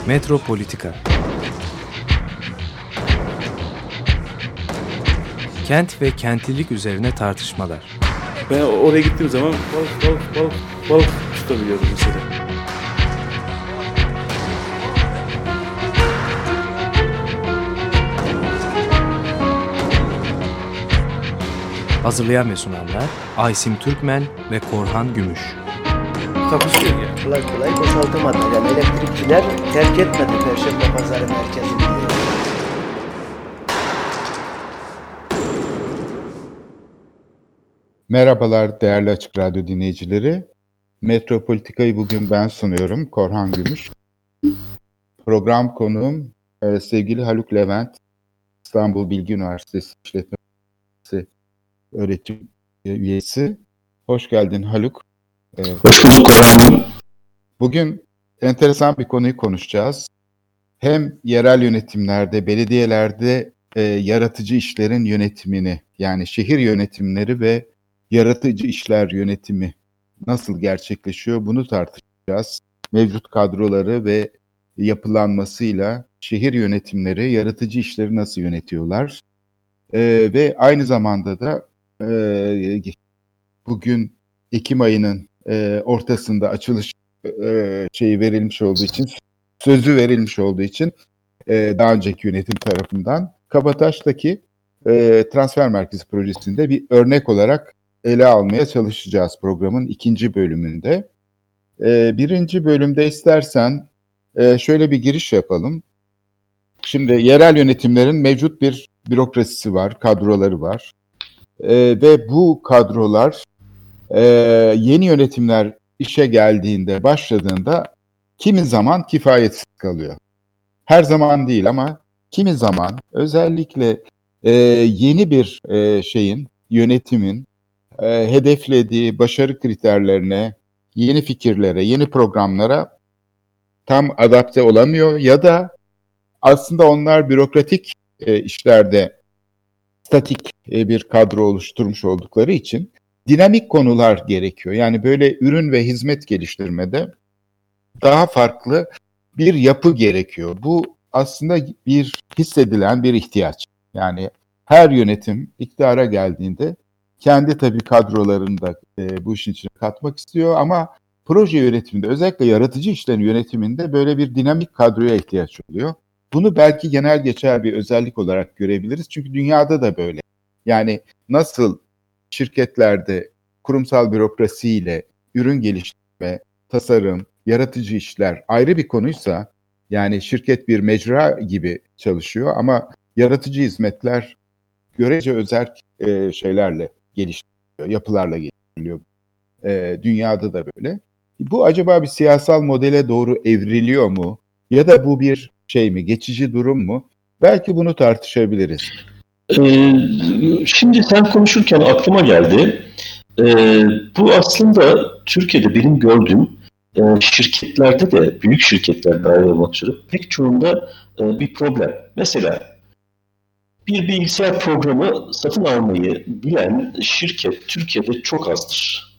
Metropolitika. Kent ve kentlilik üzerine tartışmalar. Ben oraya gittiğim zaman balık tutabiliyordum mesela. Hazırlayan ve sunanlar Aysim Türkmen ve Korhan Gümüş. Takusuyor ya. Kolay boşaltamadı. Yani elektrikçiler terk etmedi Perşembe Pazarı merkezini. Merhabalar değerli Açık Radyo dinleyicileri. Metropolitika'yı bugün ben sunuyorum, Korhan Gümüş. Program konuğum sevgili Haluk Levent, İstanbul Bilgi Üniversitesi İşletme öğretim üyesi. Hoş geldin Haluk. Hoş bulduk Korhan. Bugün enteresan bir konuyu konuşacağız. Hem yerel yönetimlerde, belediyelerde yaratıcı işlerin yönetimini, yani şehir yönetimleri ve yaratıcı işler yönetimi nasıl gerçekleşiyor bunu tartışacağız. Mevcut kadroları ve yapılanmasıyla şehir yönetimleri yaratıcı işleri nasıl yönetiyorlar? Ve aynı zamanda da bugün Ekim ayının ortasında açılış sözü verilmiş olduğu için daha önceki yönetim tarafından Kabataş'taki transfer merkezi projesinde bir örnek olarak ele almaya çalışacağız programın ikinci bölümünde. Birinci bölümde istersen şöyle bir giriş yapalım. Şimdi yerel yönetimlerin mevcut bir bürokrasisi var, kadroları var. Ve bu kadrolar yeni yönetimler işe geldiğinde, başladığında kimi zaman kifayetsiz kalıyor. Her zaman değil ama kimi zaman özellikle yeni bir yönetimin hedeflediği başarı kriterlerine, yeni fikirlere, yeni programlara tam adapte olamıyor ya da aslında onlar bürokratik işlerde statik bir kadro oluşturmuş oldukları için dinamik konular gerekiyor. Yani böyle ürün ve hizmet geliştirmede daha farklı bir yapı gerekiyor. Bu aslında bir hissedilen bir ihtiyaç. Yani her yönetim iktidara geldiğinde kendi tabii kadrolarını da bu işin içine katmak istiyor ama proje yönetiminde, özellikle yaratıcı işlerin yönetiminde böyle bir dinamik kadroya ihtiyaç oluyor. Bunu belki genel geçer bir özellik olarak görebiliriz. Çünkü dünyada da böyle. Yani nasıl şirketlerde kurumsal bürokrasiyle ürün geliştirme, tasarım, yaratıcı işler ayrı bir konuysa, yani şirket bir mecra gibi çalışıyor ama yaratıcı hizmetler görece özerk şeylerle geliştiriliyor, yapılarla geliştiriliyor. Dünyada da böyle. Bu acaba bir siyasal modele doğru evriliyor mu? Ya da bu bir geçici durum mu? Belki bunu tartışabiliriz. Şimdi sen konuşurken aklıma geldi. Bu aslında Türkiye'de benim gördüğüm şirketlerde de, büyük şirketler dahil olmak üzere pek çoğunda bir problem. Mesela bir bilgisayar programı satın almayı bilen şirket Türkiye'de çok azdır.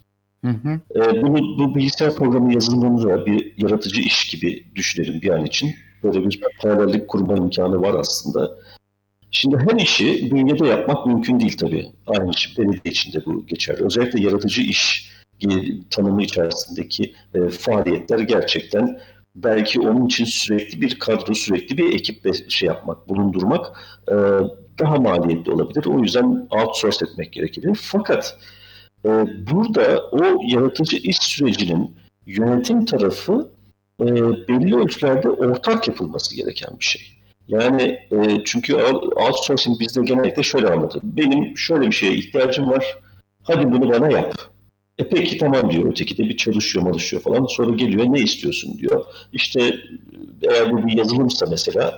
Bu bilgisayar programı yazılımında bir yaratıcı iş gibi düşünelim bir an için. Böyle bir paralellik kurma imkanı var aslında. Şimdi her işi bünyede yapmak mümkün değil tabii. Aynı şey belediye içinde bu geçerli. Özellikle yaratıcı iş tanımı içerisindeki faaliyetler gerçekten belki onun için sürekli bir kadro, sürekli bir ekiple bulundurmak daha maliyetli olabilir. O yüzden outsource etmek gerekebilir. Fakat burada o yaratıcı iş sürecinin yönetim tarafı belli ölçülerde ortak yapılması gereken bir şey. Yani çünkü outsourcing bizde genellikle şöyle anlatır. Benim şöyle bir şeye ihtiyacım var. Hadi bunu bana yap. Peki tamam diyor. Öteki de bir çalışıyor falan. Sonra geliyor ne istiyorsun diyor. İşte eğer bu bir yazılımsa mesela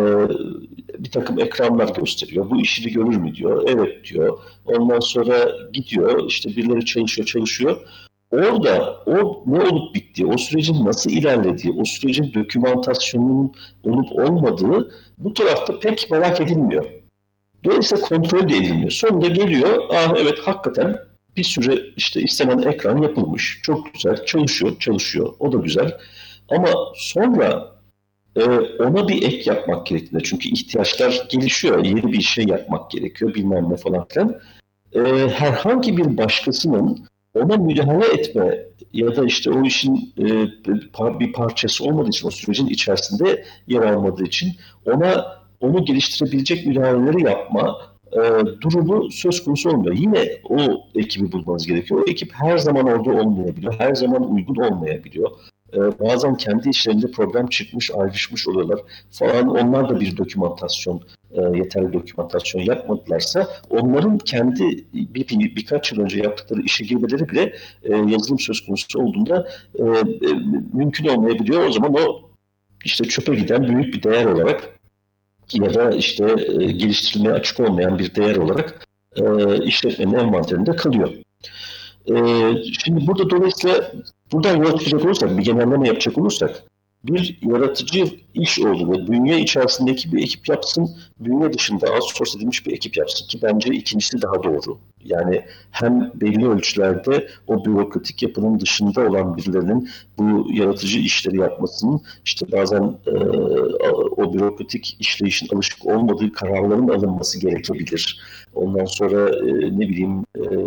bir takım ekranlar gösteriyor. Bu işini görür mü diyor. Evet diyor. Ondan sonra gidiyor. İşte birileri çalışıyor. Orada o ne olup bittiği, o sürecin nasıl ilerlediği, o sürecin dokümantasyonunun olup olmadığı bu tarafta pek merak edilmiyor. Dolayısıyla kontrol de edilmiyor. Sonunda geliyor, evet hakikaten bir süre işte istenen ekran yapılmış. Çok güzel, çalışıyor. O da güzel. Ama sonra ona bir ek yapmak gerektiğinde, çünkü ihtiyaçlar gelişiyor, yeni bir şey yapmak gerekiyor, bilmem ne falan filan. Herhangi bir başkasının ona müdahale etme ya da işte o işin bir parçası olmadığı için, o sürecin içerisinde yer almadığı için onu geliştirebilecek müdahaleleri yapma durumu söz konusu olmuyor. Yine o ekibi bulmanız gerekiyor. O ekip her zaman orada olmayabiliyor, her zaman uygun olmayabiliyor. Bazen kendi işlerinde problem çıkmış, ayrışmış oluyorlar falan. Onlar da bir dokümantasyon, yeterli dokümantasyon yapmadılarsa onların kendi birkaç yıl önce yaptıkları işe girmeleri bile yazılım söz konusu olduğunda mümkün olmayabiliyor. O zaman o işte çöpe giden büyük bir değer olarak ya da işte geliştirilmeye açık olmayan bir değer olarak işletmenin envanterinde kalıyor. Şimdi burada dolayısıyla buradan yola çıkacak olursak, bir genelleme yapacak olursak, bir yaratıcı iş olduğunu bünye içerisindeki bir ekip yapsın, bünye dışında outsource edilmiş bir ekip yapsın ki bence ikincisi daha doğru. Yani hem belli ölçülerde o bürokratik yapının dışında olan birilerinin bu yaratıcı işleri yapmasının, işte bazen o bürokratik işleyişin alışık olmadığı kararların alınması gerekebilir. Ondan sonra ne bileyim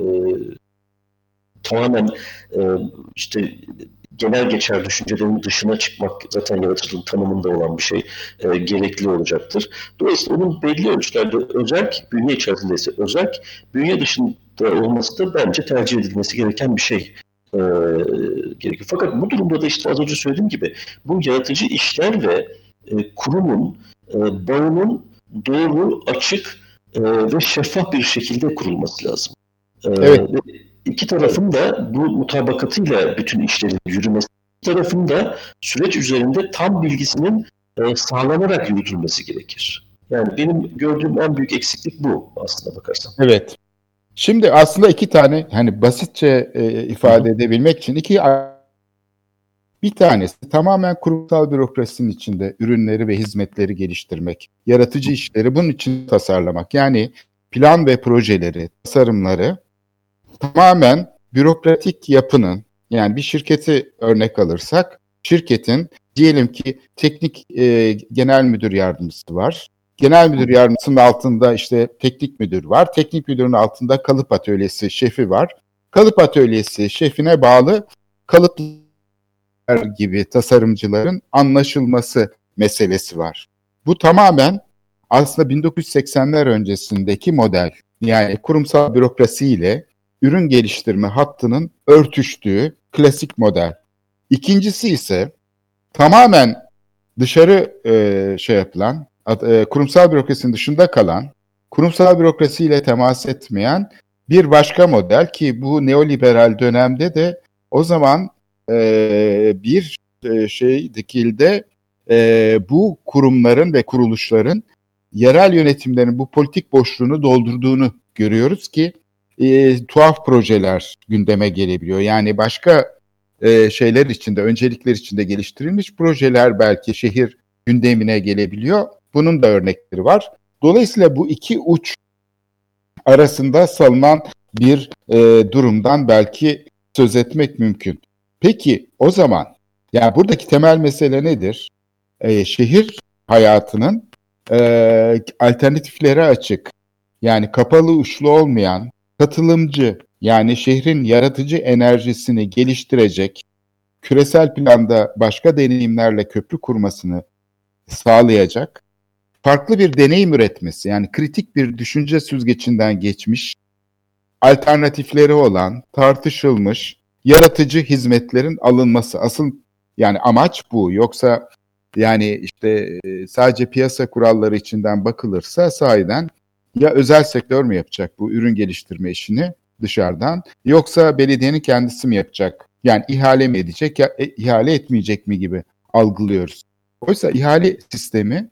tamamen işte genel geçer düşüncelerin dışına çıkmak zaten yaratıcılığın tanımında olan bir şey gerekli olacaktır. Dolayısıyla onun belli ölçülerde özerk, bünye içerisinde ise özerk, bünye dışında olması da bence tercih edilmesi gereken bir şey gerekiyor. Fakat bu durumda da işte az önce söylediğim gibi bu yaratıcı işler ve kurumun bağının doğru, açık ve şeffaf bir şekilde kurulması lazım. Evet. İki tarafın da bu mutabakatıyla bütün işlerin yürümesi, iki tarafın da süreç üzerinde tam bilgisinin sağlanarak yürütülmesi gerekir. Yani benim gördüğüm en büyük eksiklik bu aslında bakarsan. Evet. Şimdi aslında iki tane, hani basitçe ifade edebilmek için bir tanesi tamamen kurumsal bürokrasinin içinde ürünleri ve hizmetleri geliştirmek, yaratıcı işleri bunun için tasarlamak. Yani plan ve projeleri, tasarımları tamamen bürokratik yapının, yani bir şirketi örnek alırsak, şirketin diyelim ki teknik genel müdür yardımcısı var. Genel müdür yardımcısının altında işte teknik müdür var. Teknik müdürün altında kalıp atölyesi şefi var. Kalıp atölyesi şefine bağlı kalıplar gibi tasarımcıların anlaşılması meselesi var. Bu tamamen aslında 1980'ler öncesindeki model. Yani kurumsal bürokrasiyle ürün geliştirme hattının örtüştüğü klasik model. İkincisi ise tamamen dışarı yapılan, kurumsal bürokrasinin dışında kalan, kurumsal bürokrasiyle temas etmeyen bir başka model ki bu neoliberal dönemde de o zaman bir dikilde bu kurumların ve kuruluşların yerel yönetimlerin bu politik boşluğunu doldurduğunu görüyoruz ki tuhaf projeler gündeme gelebiliyor. Yani başka şeyler içinde, öncelikler içinde geliştirilmiş projeler belki şehir gündemine gelebiliyor. Bunun da örnekleri var. Dolayısıyla bu iki uç arasında salınan bir durumdan belki söz etmek mümkün. Peki o zaman, yani buradaki temel mesele nedir? Şehir hayatının alternatiflere açık, yani kapalı uçlu olmayan, katılımcı, yani şehrin yaratıcı enerjisini geliştirecek, küresel planda başka deneyimlerle köprü kurmasını sağlayacak, farklı bir deneyim üretmesi, yani kritik bir düşünce süzgecinden geçmiş, alternatifleri olan, tartışılmış, yaratıcı hizmetlerin alınması. Asıl yani amaç bu. Yoksa yani işte sadece piyasa kuralları içinden bakılırsa sahiden ya özel sektör mü yapacak bu ürün geliştirme işini dışarıdan, yoksa belediyenin kendisi mi yapacak? Yani ihale mi edecek ya ihale etmeyecek mi gibi algılıyoruz. Oysa ihale sistemi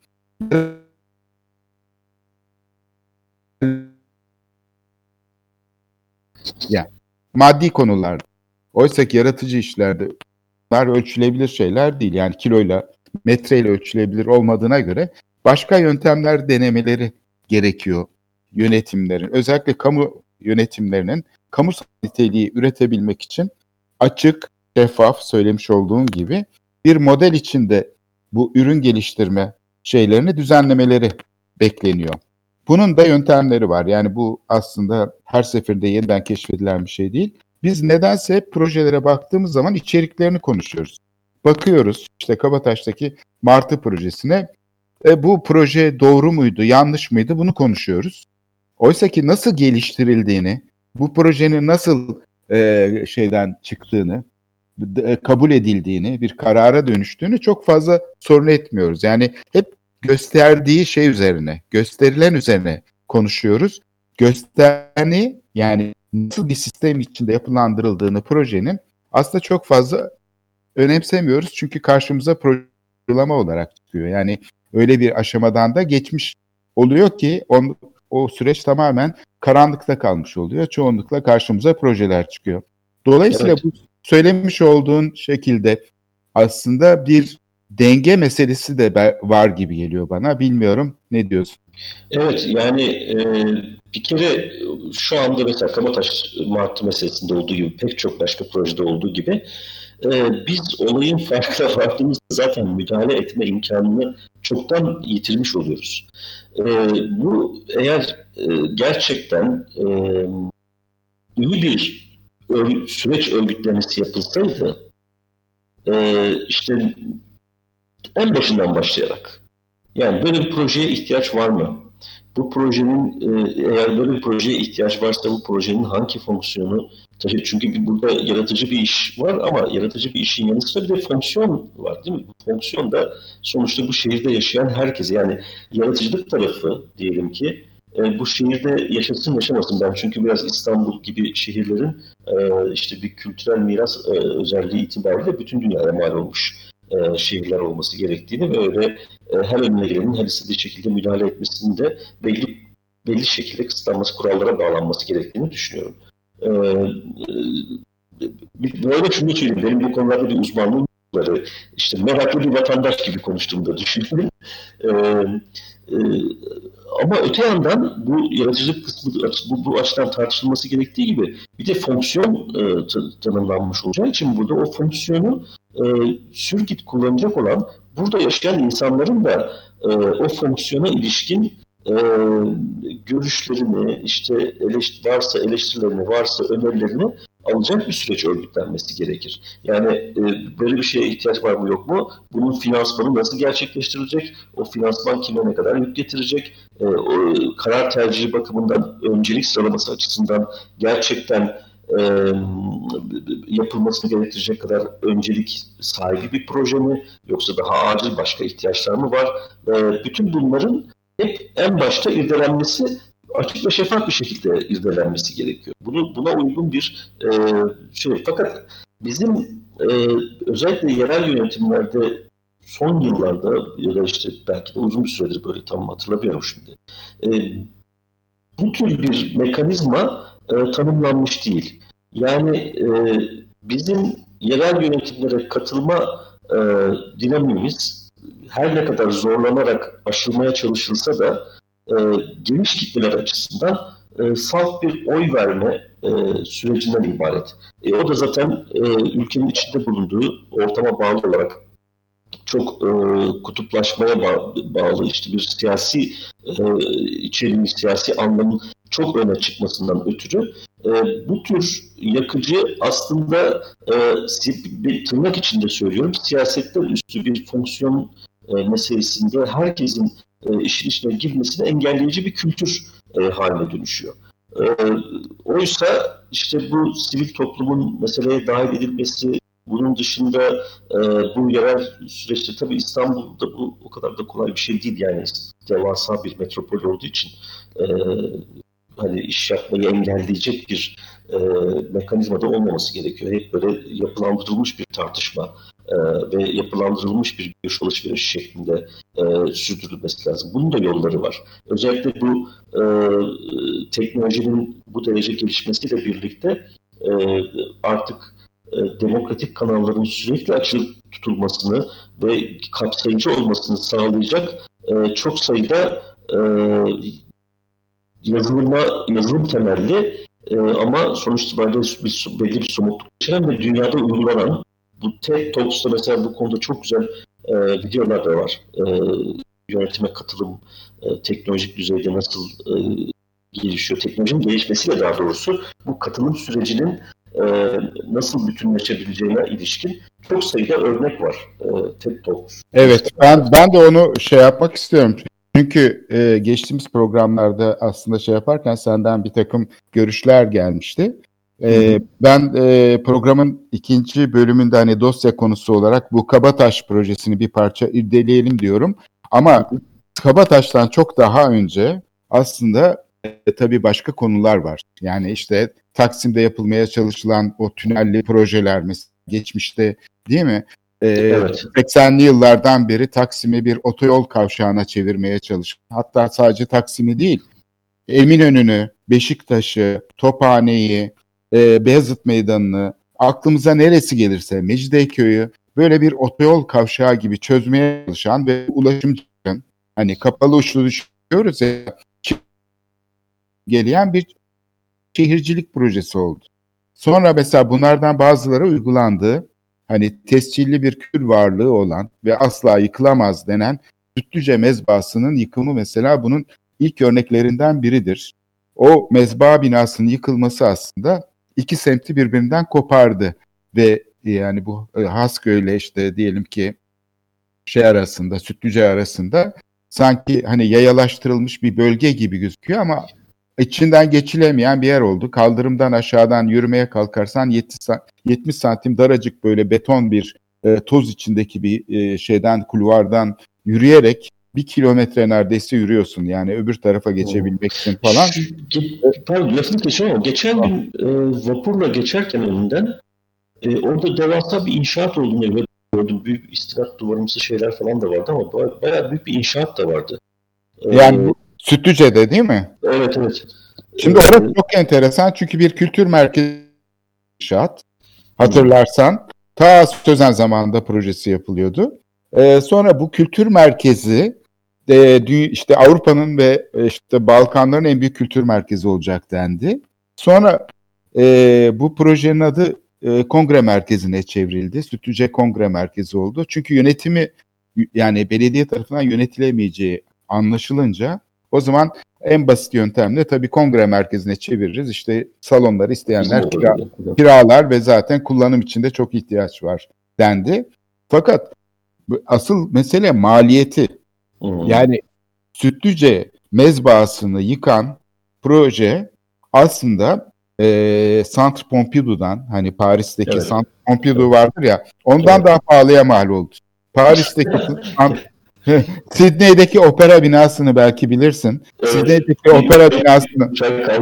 yani maddi konularda. Oysa ki yaratıcı işlerde bunlar ölçülebilir şeyler değil. Yani kiloyla, metreyle ölçülebilir olmadığına göre başka yöntemler denemeleri gerekiyor yönetimlerin. Özellikle kamu yönetimlerinin kamusal niteliği üretebilmek için açık, şeffaf, söylemiş olduğum gibi bir model içinde bu ürün geliştirme şeylerini düzenlemeleri bekleniyor. Bunun da yöntemleri var. Yani bu aslında her seferinde yeniden keşfedilen bir şey değil. Biz nedense hep projelere baktığımız zaman içeriklerini konuşuyoruz. Bakıyoruz işte Kabataş'taki Martı projesine. Bu proje doğru muydu, yanlış mıydı bunu konuşuyoruz. Oysa ki nasıl geliştirildiğini, bu projenin nasıl şeyden çıktığını, kabul edildiğini, bir karara dönüştüğünü çok fazla sorun etmiyoruz. Yani hep gösterdiği şey üzerine, gösterilen üzerine konuşuyoruz. Göstereni, yani nasıl bir sistem içinde yapılandırıldığını projenin aslında çok fazla önemsemiyoruz. Çünkü karşımıza uygulama olarak çıkıyor. Yani öyle bir aşamadan da geçmiş oluyor ki o süreç tamamen karanlıkta kalmış oluyor. Çoğunlukla karşımıza projeler çıkıyor. Dolayısıyla bu söylemiş olduğun şekilde aslında bir denge meselesi de var gibi geliyor bana. Bilmiyorum, ne diyorsun? Evet, yani bir kere şu anda mesela Kabataş Martı meselesinde olduğu gibi pek çok başka projede olduğu gibi biz olayın farkına vardığımızda zaten müdahale etme imkanını çoktan yitirmiş oluyoruz. Bu eğer gerçekten iyi bir süreç örgütlemesi yapılsaydı, işte en başından başlayarak, yani böyle bir projeye ihtiyaç var mı? Bu projenin eğer böyle bir projeye ihtiyaç varsa bu projenin hangi fonksiyonu taşıyor? Çünkü burada yaratıcı bir iş var ama yaratıcı bir işin yanı sıra bir de fonksiyon var, değil mi? Bu fonksiyon da sonuçta bu şehirde yaşayan herkese, yani yaratıcılık tarafı diyelim ki bu şehirde yaşasın yaşamasın. Ben çünkü biraz İstanbul gibi şehirlerin işte bir kültürel miras özelliği itibariyle bütün dünyaya mal olmuş şehirler olması gerektiğini ve öyle her önüne gelenin her istediği şekilde müdahale etmesinin de belli şekilde kısıtlanması, kurallara bağlanması gerektiğini düşünüyorum. Böyle şunu söyleyeyim, benim bu konularda bir uzmanlığım var. İşte meraklı bir vatandaş gibi konuştuğumda düşünün. Ama öte yandan bu yaratıcılık kısmı bu açıdan tartışılması gerektiği gibi bir de fonksiyon tanımlanmış olacağı için burada o fonksiyonu sürgit kullanacak olan burada yaşayan insanların da o fonksiyona ilişkin görüşlerini, işte varsa eleştirilerini, varsa önerilerini alacak bir süreç örgütlenmesi gerekir. Yani böyle bir şeye ihtiyaç var mı yok mu? Bunun finansmanı nasıl gerçekleştirilecek? O finansman kime ne kadar yük getirecek? O karar tercihi bakımından öncelik sıralaması açısından gerçekten yapılmasını gerektirecek kadar öncelik sahibi bir proje mi? Yoksa daha acil başka ihtiyaçlar mı var? Bütün bunların hep en başta irdelenmesi, açık ve şeffaf bir şekilde irdelenmesi gerekiyor. Buna uygun bir şey. Fakat bizim özellikle yerel yönetimlerde son yıllarda ya da işte belki de uzun bir süredir böyle tam hatırlamıyorum şimdi. Bu tür bir mekanizma tanımlanmış değil. Yani bizim yerel yönetimlere katılma dinamiğimiz her ne kadar zorlanarak aşılmaya çalışılsa da geniş kitleler açısından salt bir oy verme sürecinden ibaret. O da zaten ülkenin içinde bulunduğu ortama bağlı olarak çok kutuplaşmaya bağlı işte bir siyasi içeriğin, siyasi anlamın çok öne çıkmasından ötürü bu tür yakıcı aslında bir tırnak içinde söylüyorum, siyasetten üstü bir fonksiyon meselesinde herkesin işin içine girmesini engelleyici bir kültür haline dönüşüyor. Oysa işte bu sivil toplumun meseleye dahil edilmesi, bunun dışında bu yerel süreçte tabii İstanbul'da bu o kadar da kolay bir şey değil, yani devasa bir metropol olduğu için hani iş yapmayı engelleyecek bir mekanizma da olmaması gerekiyor. Hep böyle yapılandırılmış bir tartışma ve yapılandırılmış bir görüş alışveriş şeklinde sürdürülmesi lazım. Bunun da yolları var. Özellikle bu teknolojinin bu derece gelişmesiyle birlikte artık demokratik kanalların sürekli açık tutulmasını ve kapsayıcı olmasını sağlayacak çok sayıda yazılım temelli ama sonuç itibariyle belli bir somutluk içeren ve dünyada uygulanan, bu TED Talks'ta mesela bu konuda çok güzel videolar da var. Yönetime katılım teknolojik düzeyde nasıl gelişiyor, teknolojinin gelişmesiyle daha doğrusu bu katılım sürecinin nasıl bütünleşebileceğine ilişkin çok sayıda örnek var. TED Talks. Evet, ben de onu yapmak istiyorum. Çünkü geçtiğimiz programlarda aslında yaparken senden bir takım görüşler gelmişti. Ben programın ikinci bölümünde hani dosya konusu olarak bu Kabataş projesini bir parça irdeleyelim diyorum. Ama Kabataş'tan çok daha önce aslında tabii başka konular var. Yani işte Taksim'de yapılmaya çalışılan o tünelli projeler mesela geçmişte, değil mi? Evet. 80'li yıllardan beri Taksim'i bir otoyol kavşağına çevirmeye çalışıyor. Hatta sadece Taksim'i değil, Eminönü'nü, Beşiktaş'ı, Tophane'yi, Beyazıt Meydanı'nı, aklımıza neresi gelirse Mecidiyeköy'ü böyle bir otoyol kavşağı gibi çözmeye çalışan ve ulaşımcının hani kapalı uçlu düşünüyoruz ya, geleyen bir şehircilik projesi oldu. Sonra mesela bunlardan bazıları uygulandı. Hani tescilli bir kül varlığı olan ve asla yıkılamaz denen Sütlüce mezbahasının yıkımı mesela bunun ilk örneklerinden biridir. O mezbaha binasının yıkılması aslında iki semti birbirinden kopardı ve yani bu Hasköy'le işte diyelim ki arasında, Sütlüce arasında sanki hani yayalaştırılmış bir bölge gibi gözüküyor ama içinden geçilemeyen bir yer oldu. Kaldırımdan aşağıdan yürümeye kalkarsan 70 santim daracık böyle beton bir toz içindeki bir kulvardan yürüyerek 1 kilometre neredeyse yürüyorsun. Yani öbür tarafa geçebilmek için falan. Pardon, lafını kesiyorum ama geçen gün vapurla geçerken önünden orada devasa bir inşaat olduğunu gördüm. Büyük istinaat duvarımsı şeyler falan da vardı ama bayağı büyük bir inşaat da vardı. Yani bu Sütlüce'de değil mi? Evet, evet. Şimdi orası çok enteresan çünkü bir kültür merkezi inşaat. Hatırlarsan ta Sözen zamanında projesi yapılıyordu. Sonra bu kültür merkezi işte Avrupa'nın ve işte Balkanların en büyük kültür merkezi olacak dendi. Sonra bu projenin adı Kongre Merkezi'ne çevrildi. Sütlüce Kongre Merkezi oldu. Çünkü yönetimi yani belediye tarafından yönetilemeyeceği anlaşılınca o zaman en basit yöntemle tabii kongre merkezine çeviririz. İşte salonları isteyenler kiralar ve zaten kullanım için de çok ihtiyaç var dendi. Fakat asıl mesele maliyeti. Yani Sütlüce mezbahasını yıkan proje aslında Centre Pompidou'dan hani Paris'teki Centre Pompidou vardır ya ondan daha pahalıya mal oldu. Paris'teki Sidney'deki opera binasını belki bilirsin. Evet. Sidney'deki opera binasını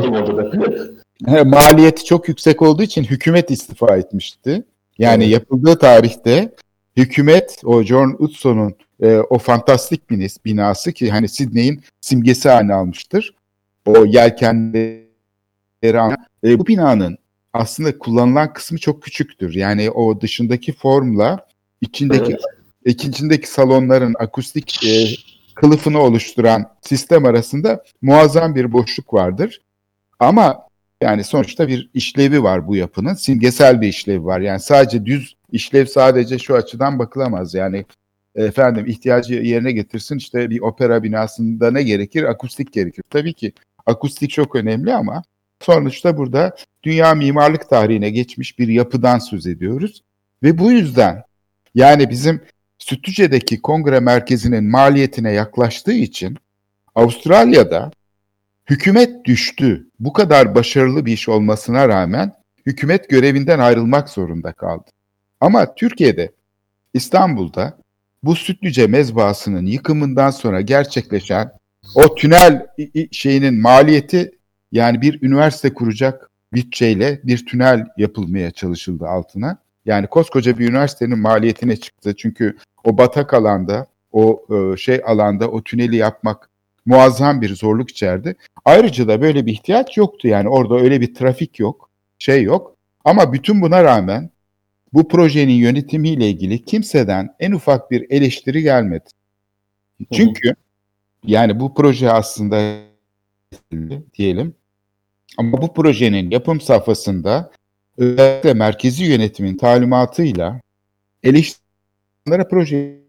maliyeti çok yüksek olduğu için hükümet istifa etmişti. Yani yapıldığı tarihte hükümet o John Utzon'un o fantastik binası ki hani Sidney'in simgesi haline almıştır. O yelkenleri bu binanın aslında kullanılan kısmı çok küçüktür. Yani o dışındaki formla içindeki salonların akustik kılıfını oluşturan sistem arasında muazzam bir boşluk vardır. Ama yani sonuçta bir işlevi var bu yapının. Simgesel bir işlevi var. Yani sadece düz işlev sadece şu açıdan bakılamaz. Yani ihtiyacı yerine getirsin işte bir opera binasında ne gerekir? Akustik gerekir. Tabii ki akustik çok önemli ama sonuçta burada dünya mimarlık tarihine geçmiş bir yapıdan söz ediyoruz. Ve bu yüzden yani bizim Sütlüce'deki kongre merkezinin maliyetine yaklaştığı için Avustralya'da hükümet düştü. Bu kadar başarılı bir iş olmasına rağmen hükümet görevinden ayrılmak zorunda kaldı. Ama Türkiye'de, İstanbul'da bu Sütlüce mezbahasının yıkımından sonra gerçekleşen o tünel maliyeti yani bir üniversite kuracak bütçeyle bir tünel yapılmaya çalışıldı altına. Yani koskoca bir üniversitenin maliyetine çıktı. Çünkü o batak alanda, o alanda o tüneli yapmak muazzam bir zorluk içerdi. Ayrıca da böyle bir ihtiyaç yoktu. Yani orada öyle bir trafik yok, yok. Ama bütün buna rağmen bu projenin yönetimiyle ilgili kimseden en ufak bir eleştiri gelmedi. Çünkü yani bu proje aslında diyelim ama bu projenin yapım safhasında özellikle merkezi yönetimin talimatıyla eleştirilere proje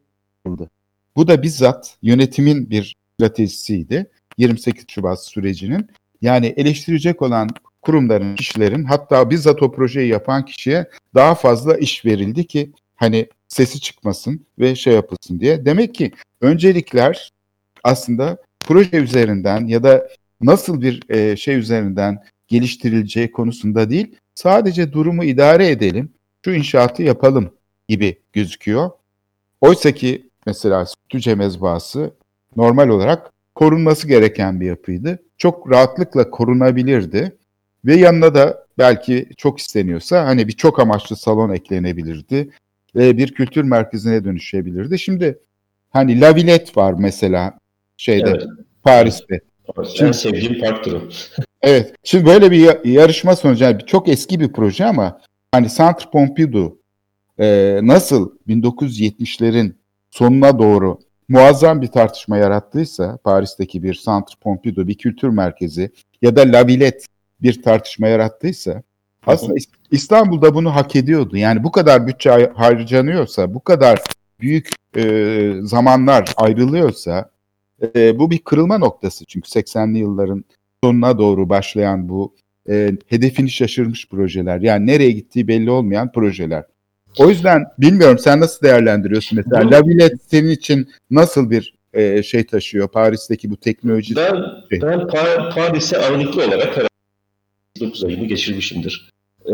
yapıldı. Bu da bizzat yönetimin bir stratejisiydi. 28 Şubat sürecinin. Yani eleştirecek olan kurumların, kişilerin, hatta bizzat o projeyi yapan kişiye daha fazla iş verildi ki hani sesi çıkmasın ve şey yapılsın diye. Demek ki öncelikler aslında proje üzerinden ya da nasıl bir şey üzerinden geliştirileceği konusunda değil, sadece durumu idare edelim, şu inşaatı yapalım gibi gözüküyor. Oysa ki mesela Sütlüce Mezbahası normal olarak korunması gereken bir yapıydı. Çok rahatlıkla korunabilirdi ve yanına da belki çok isteniyorsa hani bir çok amaçlı salon eklenebilirdi ve bir kültür merkezine dönüşebilirdi. Şimdi hani La Villette var mesela şeyde, Evet. Paris'te. En sevdiğim parktır o. Evet. Şimdi böyle bir yarışma sonucu, yani çok eski bir proje ama hani Centre Pompidou nasıl 1970'lerin sonuna doğru muazzam bir tartışma yarattıysa, Paris'teki bir Centre Pompidou, bir kültür merkezi ya da La Villette bir tartışma yarattıysa, aslında İstanbul'da bunu hak ediyordu. Yani bu kadar bütçe harcanıyorsa, bu kadar büyük zamanlar ayrılıyorsa, bu bir kırılma noktası. Çünkü 80'li yılların sonuna doğru başlayan bu hedefini şaşırmış projeler. Yani nereye gittiği belli olmayan projeler. O yüzden bilmiyorum, sen nasıl değerlendiriyorsun mesela? La Villette senin için nasıl bir şey taşıyor? Paris'teki bu teknoloji. Ben Paris'e ağırlıklı olarak herhalde 9 ayımı geçirmişimdir.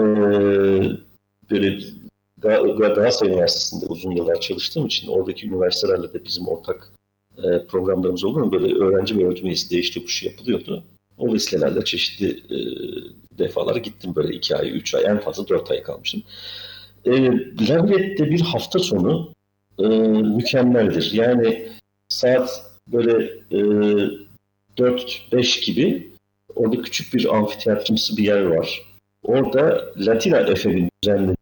Böyle Galatasaray Üniversitesi'nde uzun yıllar çalıştığım için oradaki üniversitelerle de bizim ortak programlarımız olur mu? Böyle öğrenci ve öğretim üyesi değiş tokuşu yapılıyordu. O vesilelerle çeşitli defalar gittim, böyle 2 ay, 3 ay, en fazla 4 ay kalmıştım. La Villette'de bir hafta sonu mükemmeldir. Yani saat böyle 4-5 gibi orada küçük bir amfiteyatrımsı bir yer var. Orada Latina FM'in düzenlediği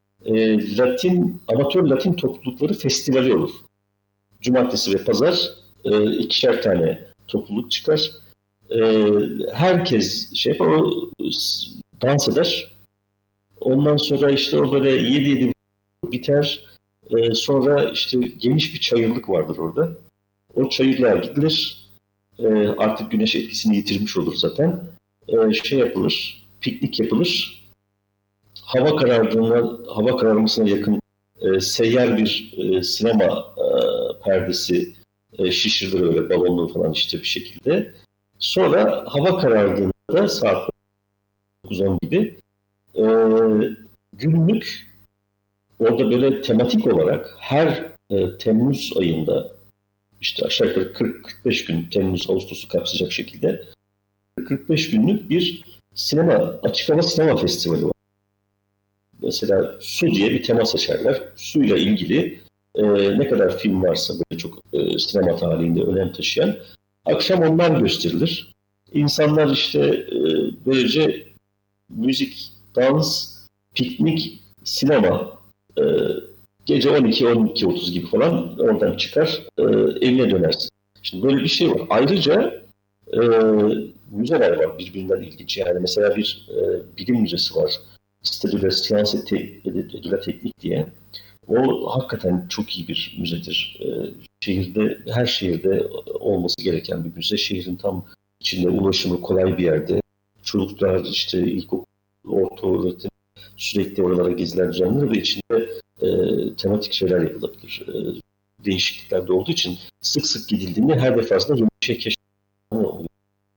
amatör Latin toplulukları festivali olur. Cumartesi ve pazar 2'şer tane topluluk çıkar. Herkes dans eder. Ondan sonra işte o böyle 7 biter. Sonra işte geniş bir çayırlık vardır orada. O çayırlığa gidilir. Artık güneş etkisini yitirmiş olur zaten. Yapılır, piknik yapılır. Hava kararmasına yakın seyyar bir sinema perdesi şişirilir öyle balonlu falan işte bir şekilde. Sonra hava karardığında saat 9-10 gibi günlük orada böyle tematik olarak her Temmuz ayında işte aşağı yukarı 40-45 gün, Temmuz Ağustos'u kapsayacak şekilde 45 günlük bir açık hava sinema festivali var. Mesela su diye bir tema seçerler. Suyla ilgili ne kadar film varsa böyle çok sinema tarihinde önem taşıyan akşam onlar gösterilir. İnsanlar işte böylece müzik, dans, piknik, sinema gece 12-12.30 gibi falan oradan çıkar evine dönersin. Şimdi böyle bir şey var. Ayrıca müzeler var birbirinden ilginç. Yani mesela bir bilim müzesi var. Stade de la Science et de la Technique diye. O hakikaten çok iyi bir müzedir. Şehirde, her şehirde olması gereken bir müze. Şehrin tam içinde, ulaşımı kolay bir yerde. Çocuklar işte ilkokul, orta öğretim sürekli oralara geziler düzenlenir ve içinde tematik şeyler yapılabilir. Değişiklikler de olduğu için sık sık gidildiğinde her defasında yeni bir şey keşfedilir.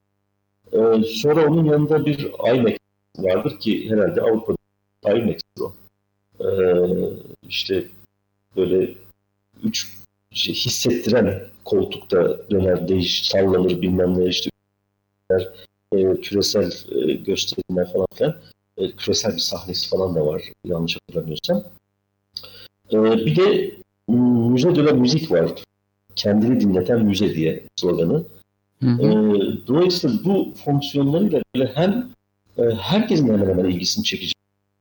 Sonra onun yanında bir IMAX vardır ki herhalde Avrupa'da IMAX'tir o. İşte böyle 3 hissettiren koltukta döner, sallanır bilmem ne işte küresel gösterimler falan filan. Küresel bir sahnesi falan da var yanlış hatırlamıyorsam. Bir de Müze de la Müzik var. Kendini dinleten müze diye sloganı. Dolayısıyla bu fonksiyonlarıyla böyle hem herkesin hemen hemen ilgisini çekici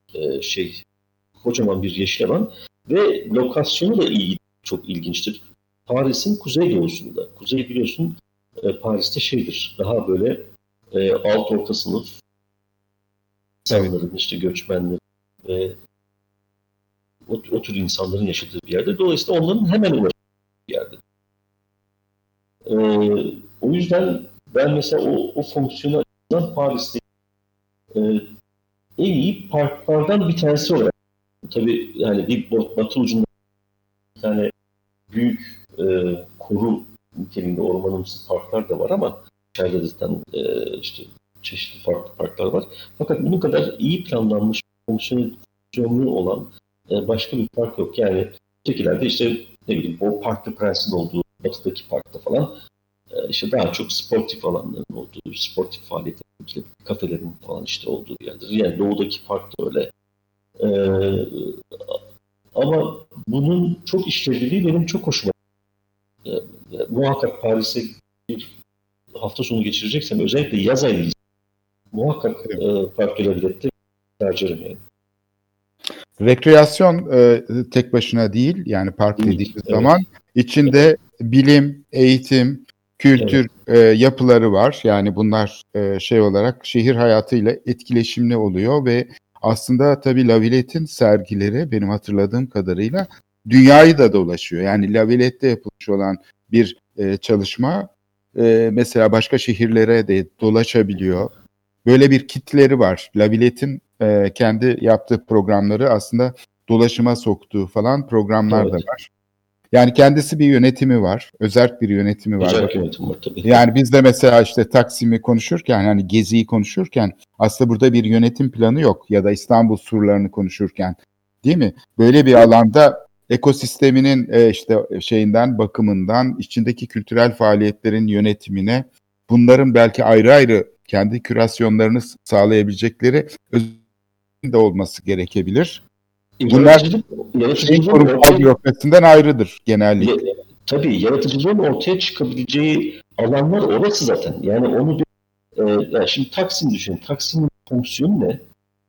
kocaman bir yeşil alan ve lokasyonu da çok ilginçtir. Paris'in kuzeydoğusunda. Kuzey biliyorsun Paris'te daha böyle alt orta sınıf insanların işte göçmenleri ve o tür insanların yaşadığı bir yerde. Dolayısıyla onların hemen ulaştığı bir yerde. O yüzden ben mesela o fonksiyonu açısından Paris'te en iyi parklardan bir tanesi olarak, tabii yani bir batı ucunda bir tane büyük koru niteliğinde ormanımsı parklar da var ama içeride zaten işte çeşitli farklı parklar var. Fakat bunun kadar iyi planlanmış fonksiyonlu olan başka bir park yok. Yani ötekilerde işte ne bileyim o Parc des Prince'in olduğu batıdaki parkta falan işte daha çok sportif alanların olduğu, sportif faaliyetlerin, kafelerin falan işte olduğu yerdir. Yani doğudaki park da öyle. Ama bunun çok işlevliliği benim çok hoşuma gitti. Muhakkak Paris'e bir hafta sonu geçireceksem özellikle yaz ayı muhakkak park görebilirdi. Tercihim yani. Rekreasyon tek başına değil, yani park dediğimiz zaman içinde bilim, eğitim, kültür yapıları var. Yani bunlar şey olarak şehir hayatıyla etkileşimli oluyor ve aslında tabii La Villette'in sergileri benim hatırladığım kadarıyla dünyayı da dolaşıyor. Yani La Villette'de yapılmış olan bir çalışma mesela başka şehirlere de dolaşabiliyor. Böyle bir kitleri var. La Villette'in kendi yaptığı programları aslında dolaşıma soktuğu falan programlar da var. Yani kendisi bir yönetimi var. Özerk bir yönetimi var. Özerk yönetimi var tabii. Yani biz de mesela işte Taksim'i konuşurken, hani Gezi'yi konuşurken aslında burada bir yönetim planı yok. Ya da İstanbul surlarını konuşurken, değil mi? Böyle bir alanda ekosisteminin işte şeyinden, bakımından, içindeki kültürel faaliyetlerin yönetimine, bunların belki ayrı ayrı kendi kürasyonlarını sağlayabilecekleri de olması gerekebilir. Bunlar kurumsal bürokrasiden ayrıdır genellikle. Tabii yaratıcılığın ortaya çıkabileceği alanlar orası zaten. Yani onu yani şimdi Taksim düşünün. Taksim'in fonksiyonu ne?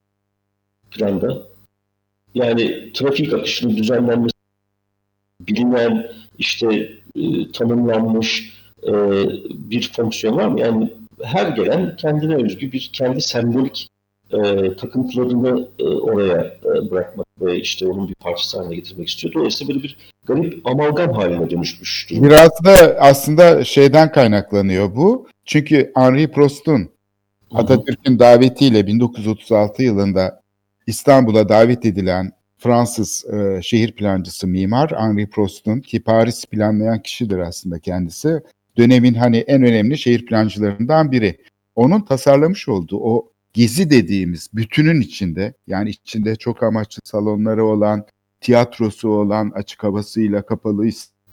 Planda. Yani trafik akışının düzenlenmesi, bilinen, işte tanımlanmış bir fonksiyon var mı? Yani her gelen kendine özgü bir kendi sembolik takıntılarını oraya bırakmak ve işte onun bir parçası haline getirmek istiyor. Dolayısıyla böyle bir garip amalgam haline dönüşmüş durumda. Biraz da aslında şeyden kaynaklanıyor bu. Çünkü Henri Prost'un Atatürk'ün davetiyle 1936 yılında İstanbul'a davet edilen Fransız şehir plancısı mimar Henri Prost'un, ki Paris planlayan kişidir aslında kendisi, dönemin hani en önemli şehir plancılarından biri. Onun tasarlamış olduğu o gezi dediğimiz bütünün içinde, yani içinde çok amaçlı salonları olan, tiyatrosu olan, açık havasıyla kapalı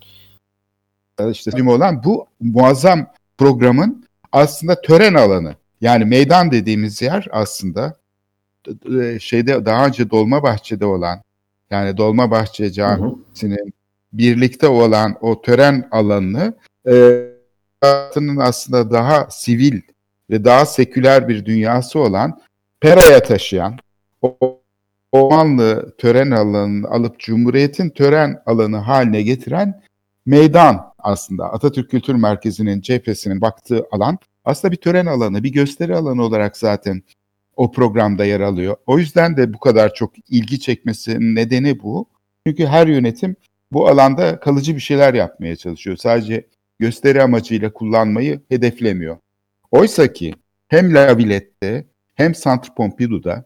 işte olan bu muazzam programın aslında tören alanı. Yani meydan dediğimiz yer aslında şeyde daha önce Dolmabahçe'de olan, yani Dolmabahçe Camisi'nin birlikte olan o tören alanını hayatının aslında daha sivil ve daha seküler bir dünyası olan Pera'ya taşıyan, o Osmanlı tören alanını alıp Cumhuriyet'in tören alanı haline getiren meydan aslında. Atatürk Kültür Merkezi'nin cephesinin baktığı alan aslında bir tören alanı, bir gösteri alanı olarak zaten o programda yer alıyor. O yüzden de bu kadar çok ilgi çekmesinin nedeni bu. Çünkü her yönetim bu alanda kalıcı bir şeyler yapmaya çalışıyor. Sadece gösteri amacıyla kullanmayı hedeflemiyor. Oysa ki hem La Villette'de hem Centre Pompidou'da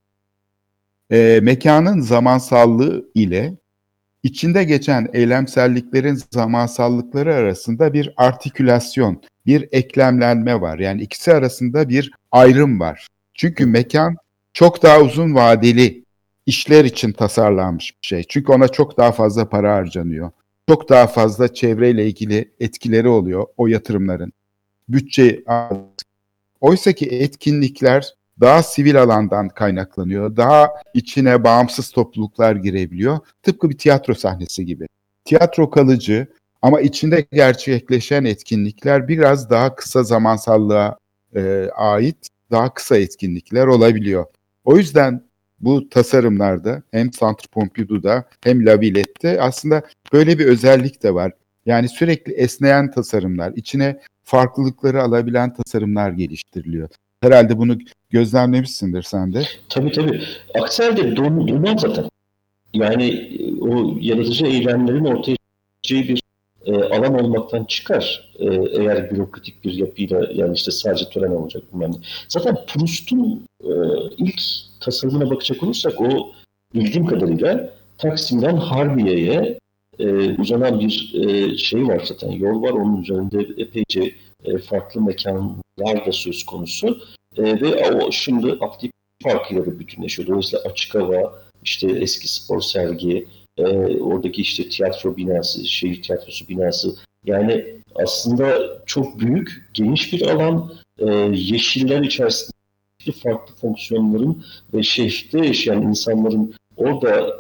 mekanın zamansallığı ile içinde geçen eylemselliklerin zamansallıkları arasında bir artikülasyon, bir eklemlenme var. Yani ikisi arasında bir ayrım var. Çünkü mekan çok daha uzun vadeli işler için tasarlanmış bir şey. Çünkü ona çok daha fazla para harcanıyor. Çok daha fazla çevreyle ilgili etkileri oluyor o yatırımların. Bütçe. Oysa ki etkinlikler daha sivil alandan kaynaklanıyor. Daha içine bağımsız topluluklar girebiliyor. Tıpkı bir tiyatro sahnesi gibi. Tiyatro kalıcı ama içinde gerçekleşen etkinlikler biraz daha kısa zamansallığa ait daha kısa etkinlikler olabiliyor. O yüzden bu tasarımlarda hem Centre Pompidou'da hem La Villette'de aslında böyle bir özellik de var. Yani sürekli esneyen tasarımlar, içine farklılıkları alabilen tasarımlar geliştiriliyor. Herhalde bunu gözlemlemişsindir sen de. Tabii. Aksi halde durmam zaten. Yani o yaratıcı eylemlerin ortaya çıkacağı bir alan olmaktan çıkar. Eğer bürokratik bir yapıyla, yani işte sadece tören olacak bilmem ne. Zaten Proust'un ilk tasarımına bakacak olursak, o bildiğim kadarıyla Taksim'den Harbiye'ye uzanan bir şey var zaten, yol var. Onun üzerinde epeyce farklı mekanlar da söz konusu. Ve o şimdi aktif parkıyla da bütünleşiyor. Dolayısıyla açık hava, işte eski spor sergi, oradaki işte tiyatro binası, şehir tiyatrosu binası. Yani aslında çok büyük, geniş bir alan, yeşiller içerisinde farklı fonksiyonların ve şehirde yaşayan insanların orada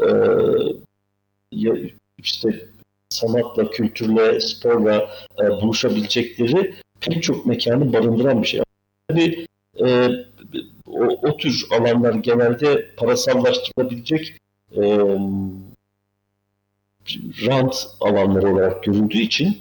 işte sanatla, kültürle, sporla buluşabilecekleri pek çok mekanı barındıran bir şey. Tabii o tür alanlar genelde parasallaştırılabilecek rant alanları olarak görüldüğü için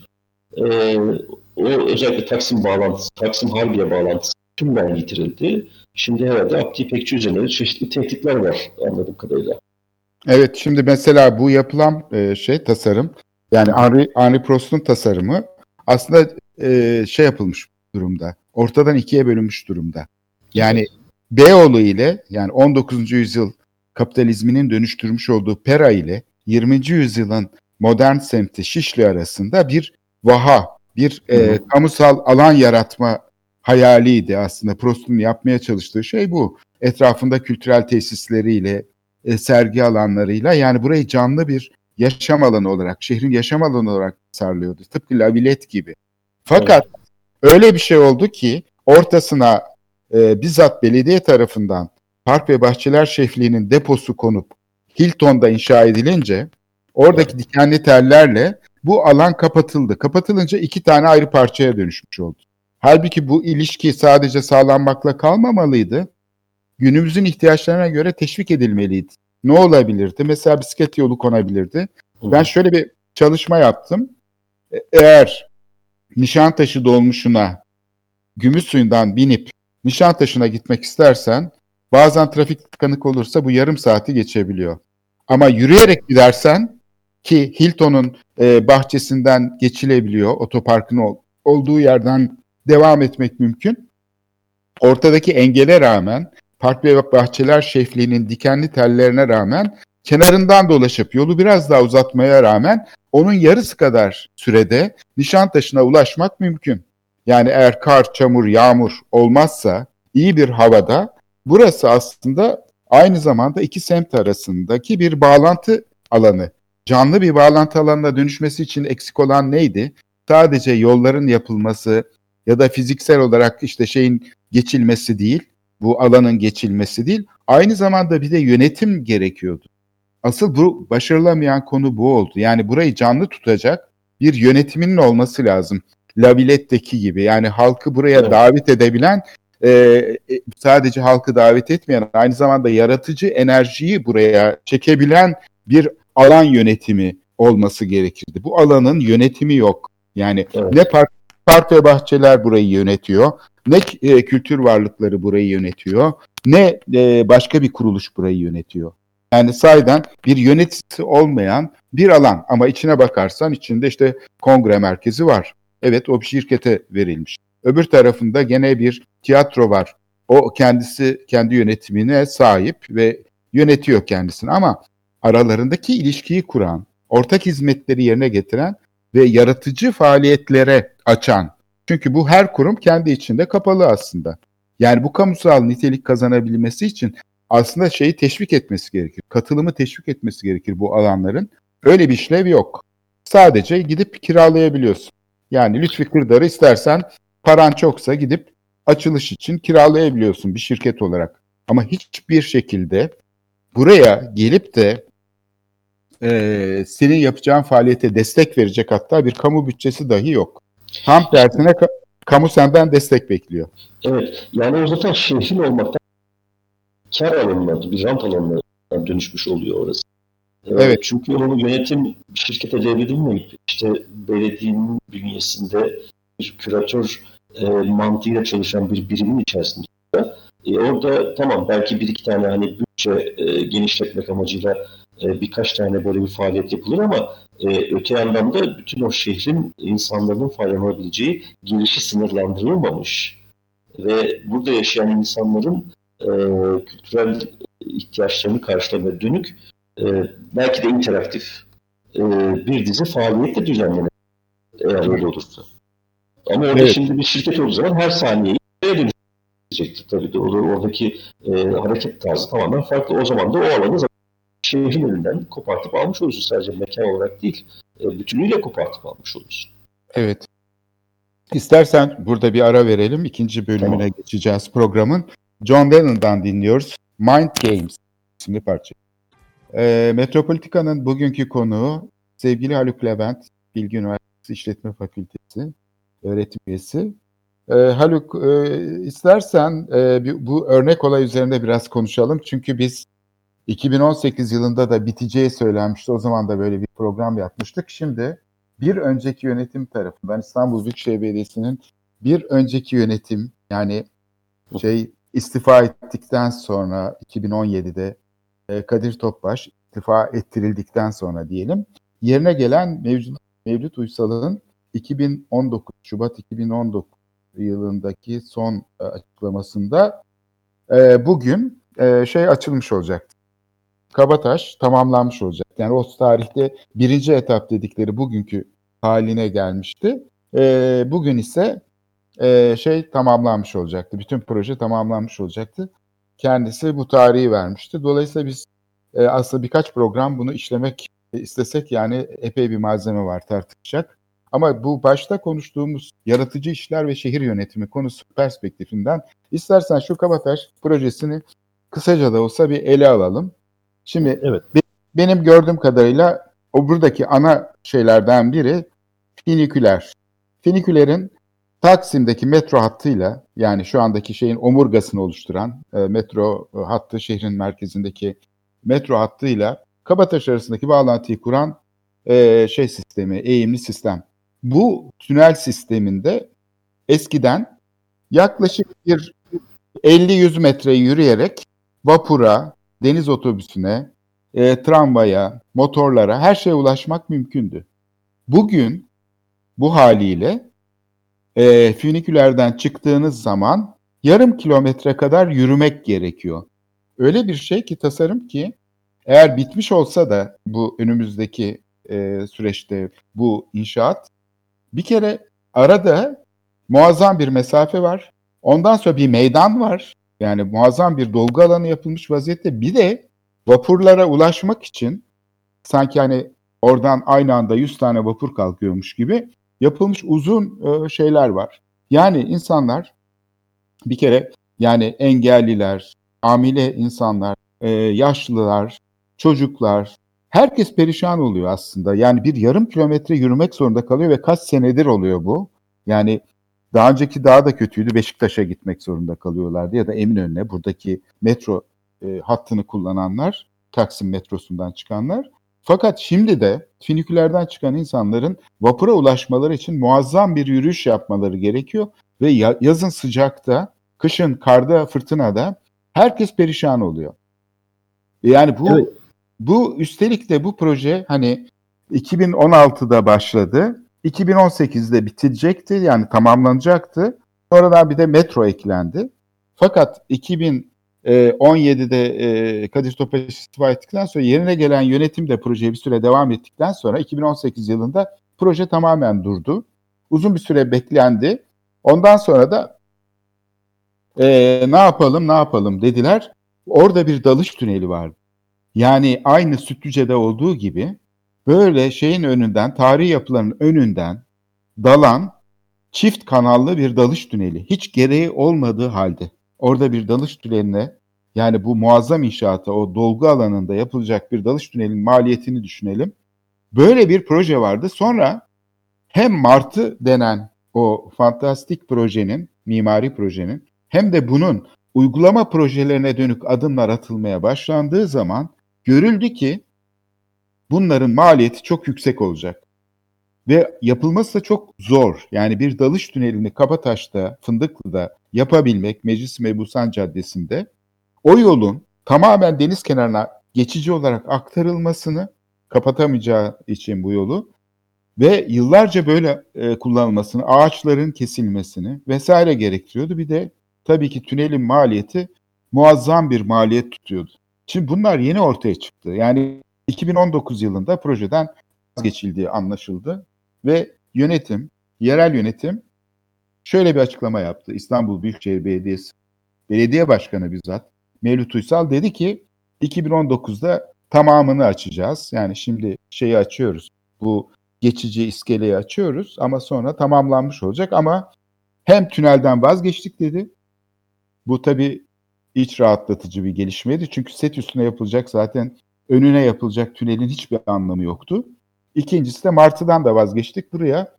o özellikle Taksim bağlantısı, Taksim-Harbiye bağlantısı tümden yitirildi. Şimdi herhalde Abdi İpekçi üzerinde çeşitli tehditler var anladığım kadarıyla. Evet, şimdi mesela bu yapılan tasarım, yani Henri Proust'un tasarımı aslında yapılmış durumda. Ortadan ikiye bölünmüş durumda. Yani Beyoğlu ile, yani 19. yüzyıl kapitalizminin dönüştürmüş olduğu Pera ile 20. yüzyılın modern semti Şişli arasında bir vaha, bir kamusal alan yaratma hayaliydi aslında. Proust'un yapmaya çalıştığı şey bu. Etrafında kültürel tesisleriyle, sergi alanlarıyla, yani burayı canlı bir yaşam alanı olarak, şehrin yaşam alanı olarak tasarlıyordu. Tıpkı La Villette gibi. Fakat öyle bir şey oldu ki ortasına bizzat belediye tarafından Park ve Bahçeler Şefliği'nin deposu konup Hilton'da inşa edilince oradaki dikenli tellerle bu alan kapatıldı. Kapatılınca iki tane ayrı parçaya dönüşmüş oldu. Halbuki bu ilişki sadece sağlanmakla kalmamalıydı. Günümüzün ihtiyaçlarına göre teşvik edilmeliydi. Ne olabilirdi? Mesela bisiklet yolu konabilirdi. Ben şöyle bir çalışma yaptım. Eğer Nişantaşı dolmuşuna Gümüşsuyu'ndan binip Nişantaşı'na gitmek istersen, bazen trafik tıkanık olursa bu yarım saati geçebiliyor. Ama yürüyerek gidersen, ki Hilton'un bahçesinden geçilebiliyor, otoparkın olduğu yerden devam etmek mümkün. Ortadaki engele rağmen, Park ve Bahçeler Şefliği'nin dikenli tellerine rağmen, kenarından dolaşıp yolu biraz daha uzatmaya rağmen onun yarısı kadar sürede Nişantaşı'na ulaşmak mümkün. Yani eğer kar, çamur, yağmur olmazsa, iyi bir havada, burası aslında aynı zamanda iki semt arasındaki bir bağlantı alanı. Canlı bir bağlantı alanına dönüşmesi için eksik olan neydi? Sadece yolların yapılması ya da fiziksel olarak işte şeyin geçilmesi değil, bu alanın geçilmesi değil, aynı zamanda bir de yönetim gerekiyordu. Asıl bu başarılamayan konu bu oldu. Yani burayı canlı tutacak bir yönetiminin olması lazım. La Villette'deki gibi, yani halkı buraya davet edebilen, sadece halkı davet etmeyen, aynı zamanda yaratıcı enerjiyi buraya çekebilen bir alan yönetimi olması gerekirdi. Bu alanın yönetimi yok. Yani ne park ve bahçeler burayı yönetiyor, ne kültür varlıkları burayı yönetiyor, ne başka bir kuruluş burayı yönetiyor. Yani sahiden bir yöneticisi olmayan bir alan, ama içine bakarsan içinde işte kongre merkezi var. Evet, o bir şirkete verilmiş. Öbür tarafında gene bir tiyatro var. O kendisi kendi yönetimine sahip ve yönetiyor kendisini, ama aralarındaki ilişkiyi kuran, ortak hizmetleri yerine getiren ve yaratıcı faaliyetlere açan. Çünkü bu her kurum kendi içinde kapalı aslında. Yani bu kamusal nitelik kazanabilmesi için aslında şeyi teşvik etmesi gerekir. Katılımı teşvik etmesi gerekir bu alanların. Öyle bir işlev yok. Sadece gidip kiralayabiliyorsun. Yani Lütfi Kırdar'ı istersen, paran çoksa gidip açılış için kiralayabiliyorsun bir şirket olarak. Ama hiçbir şekilde buraya gelip de senin yapacağın faaliyete destek verecek hatta bir kamu bütçesi dahi yok. Tam tersine kamu senden destek bekliyor. Evet, yani o zaten şehir olmaktan kar alanına, bir rant alanına dönüşmüş oluyor orası. Evet. Çünkü onun yönetim şirkete devredilmeyip işte belediyenin bünyesinde bir küratör mantığıyla çalışan bir birimin içerisinde. Orada tamam, belki bir iki tane hani genişletmek amacıyla birkaç tane böyle bir faaliyet yapılır ama öte yandan da bütün o şehrin insanların faydalanabileceği girişi sınırlandırılmamış ve burada yaşayan insanların kültürel ihtiyaçlarını karşılamaya dönük belki de interaktif bir dizi faaliyet de düzenlenir eğer öyle olursa. Ama orada şimdi bir şirket olduğu zaman her saniyeyi dönüşecektir tabii de. Oradaki hareket tarzı tamamen farklı. O zaman da o alanı şehrin elinden kopartıp almış olursun. Sadece mekan olarak değil, bütünüyle kopartıp almış olursun. Evet. İstersen burada bir ara verelim. İkinci bölümüne geçeceğiz programın. John Lennon'dan dinliyoruz. Mind Games isimli parça. Metropolitika'nın bugünkü konuğu sevgili Haluk Levent, Bilgi Üniversitesi İşletme Fakültesi öğretim üyesi. Haluk, istersen bu örnek olay üzerinde biraz konuşalım. Çünkü biz 2018 yılında da biteceği söylenmişti. O zaman da böyle bir program yapmıştık. Şimdi bir önceki yönetim tarafından İstanbul Büyükşehir Belediyesi'nin bir önceki yönetim yani istifa ettikten sonra 2017'de Kadir Topbaş istifa ettirildikten sonra diyelim yerine gelen Mevlüt Uysal'ın Şubat 2019 yılındaki son açıklamasında bugün açılmış olacaktı. Kabataş tamamlanmış olacak. Yani o tarihte birinci etap dedikleri bugünkü haline gelmişti. Bugün ise tamamlanmış olacaktı. Bütün proje tamamlanmış olacaktı. Kendisi bu tarihi vermişti. Dolayısıyla biz aslında birkaç program bunu işlemek istesek yani epey bir malzeme var tartışacak. Ama bu başta konuştuğumuz yaratıcı işler ve şehir yönetimi konusu perspektifinden istersen şu Kabataş projesini kısaca da olsa bir ele alalım. Şimdi benim gördüğüm kadarıyla o buradaki ana şeylerden biri finiküler. Finikülerin Taksim'deki metro hattıyla yani şu andaki şeyin omurgasını oluşturan metro hattı şehrin merkezindeki metro hattıyla Kabataş arasındaki bağlantıyı kuran sistemi, eğimli sistem. Bu tünel sisteminde eskiden yaklaşık bir 50-100 metre yürüyerek vapura, deniz otobüsüne, tramvaya, motorlara her şeye ulaşmak mümkündü. Bugün bu haliyle fünikülerden çıktığınız zaman yarım kilometre kadar yürümek gerekiyor. Öyle bir şey ki tasarım ki eğer bitmiş olsa da bu önümüzdeki süreçte bu inşaat bir kere arada muazzam bir mesafe var. Ondan sonra bir meydan var. Yani muazzam bir dolgu alanı yapılmış vaziyette. Bir de vapurlara ulaşmak için sanki hani oradan aynı anda 100 tane vapur kalkıyormuş gibi yapılmış uzun şeyler var. Yani insanlar bir kere yani engelliler, hamile insanlar, yaşlılar, çocuklar herkes perişan oluyor aslında. Yani bir yarım kilometre yürümek zorunda kalıyor ve kaç senedir oluyor bu. Yani daha önceki daha da kötüydü. Beşiktaş'a gitmek zorunda kalıyorlardı ya da Eminönü'ne buradaki metro hattını kullananlar, Taksim metrosundan çıkanlar. Fakat şimdi de finikülerden çıkan insanların vapura ulaşmaları için muazzam bir yürüyüş yapmaları gerekiyor. Ve yazın sıcakta, kışın karda, fırtınada herkes perişan oluyor. Yani bu üstelik de bu proje hani 2016'da başladı. 2018'de bitecekti yani tamamlanacaktı. Sonradan bir de metro eklendi. Fakat 2017'de Kadir Topbaş istifa ettikten sonra yerine gelen yönetim de projeye bir süre devam ettikten sonra 2018 yılında proje tamamen durdu. Uzun bir süre beklendi. Ondan sonra da ne yapalım dediler. Orada bir dalış tüneli vardı. Yani aynı Sütlüce'de olduğu gibi böyle şeyin önünden, tarihi yapıların önünden dalan çift kanallı bir dalış tüneli. Hiç gereği olmadığı halde orada bir dalış tüneline yani bu muazzam inşaata o dolgu alanında yapılacak bir dalış tünelinin maliyetini düşünelim. Böyle bir proje vardı. Sonra hem Martı denen o fantastik projenin, mimari projenin hem de bunun uygulama projelerine dönük adımlar atılmaya başlandığı zaman görüldü ki bunların maliyeti çok yüksek olacak. Ve yapılması da çok zor. Yani bir dalış tünelini Kabataş'ta, Fındıklı'da yapabilmek, Meclis-i Mebusan Caddesi'nde o yolun tamamen deniz kenarına geçici olarak aktarılmasını, kapatamayacağı için bu yolu ve yıllarca böyle kullanılmasını, ağaçların kesilmesini vesaire gerektiriyordu. Bir de tabii ki tünelin maliyeti muazzam bir maliyet tutuyordu. Şimdi bunlar yeni ortaya çıktı. Yani 2019 yılında projeden vazgeçildiği anlaşıldı ve yönetim, yerel yönetim şöyle bir açıklama yaptı. İstanbul Büyükşehir Belediyesi Belediye Başkanı bizzat Mevlüt Uysal dedi ki 2019'da tamamını açacağız. Yani şimdi şeyi açıyoruz. Bu geçici iskeleyi açıyoruz ama sonra tamamlanmış olacak ama hem tünelden vazgeçtik dedi. Bu tabii iç rahatlatıcı bir gelişmeydi. Çünkü set üstüne yapılacak zaten önüne yapılacak tünelin hiçbir anlamı yoktu. İkincisi de Martı'dan da vazgeçtik. Buraya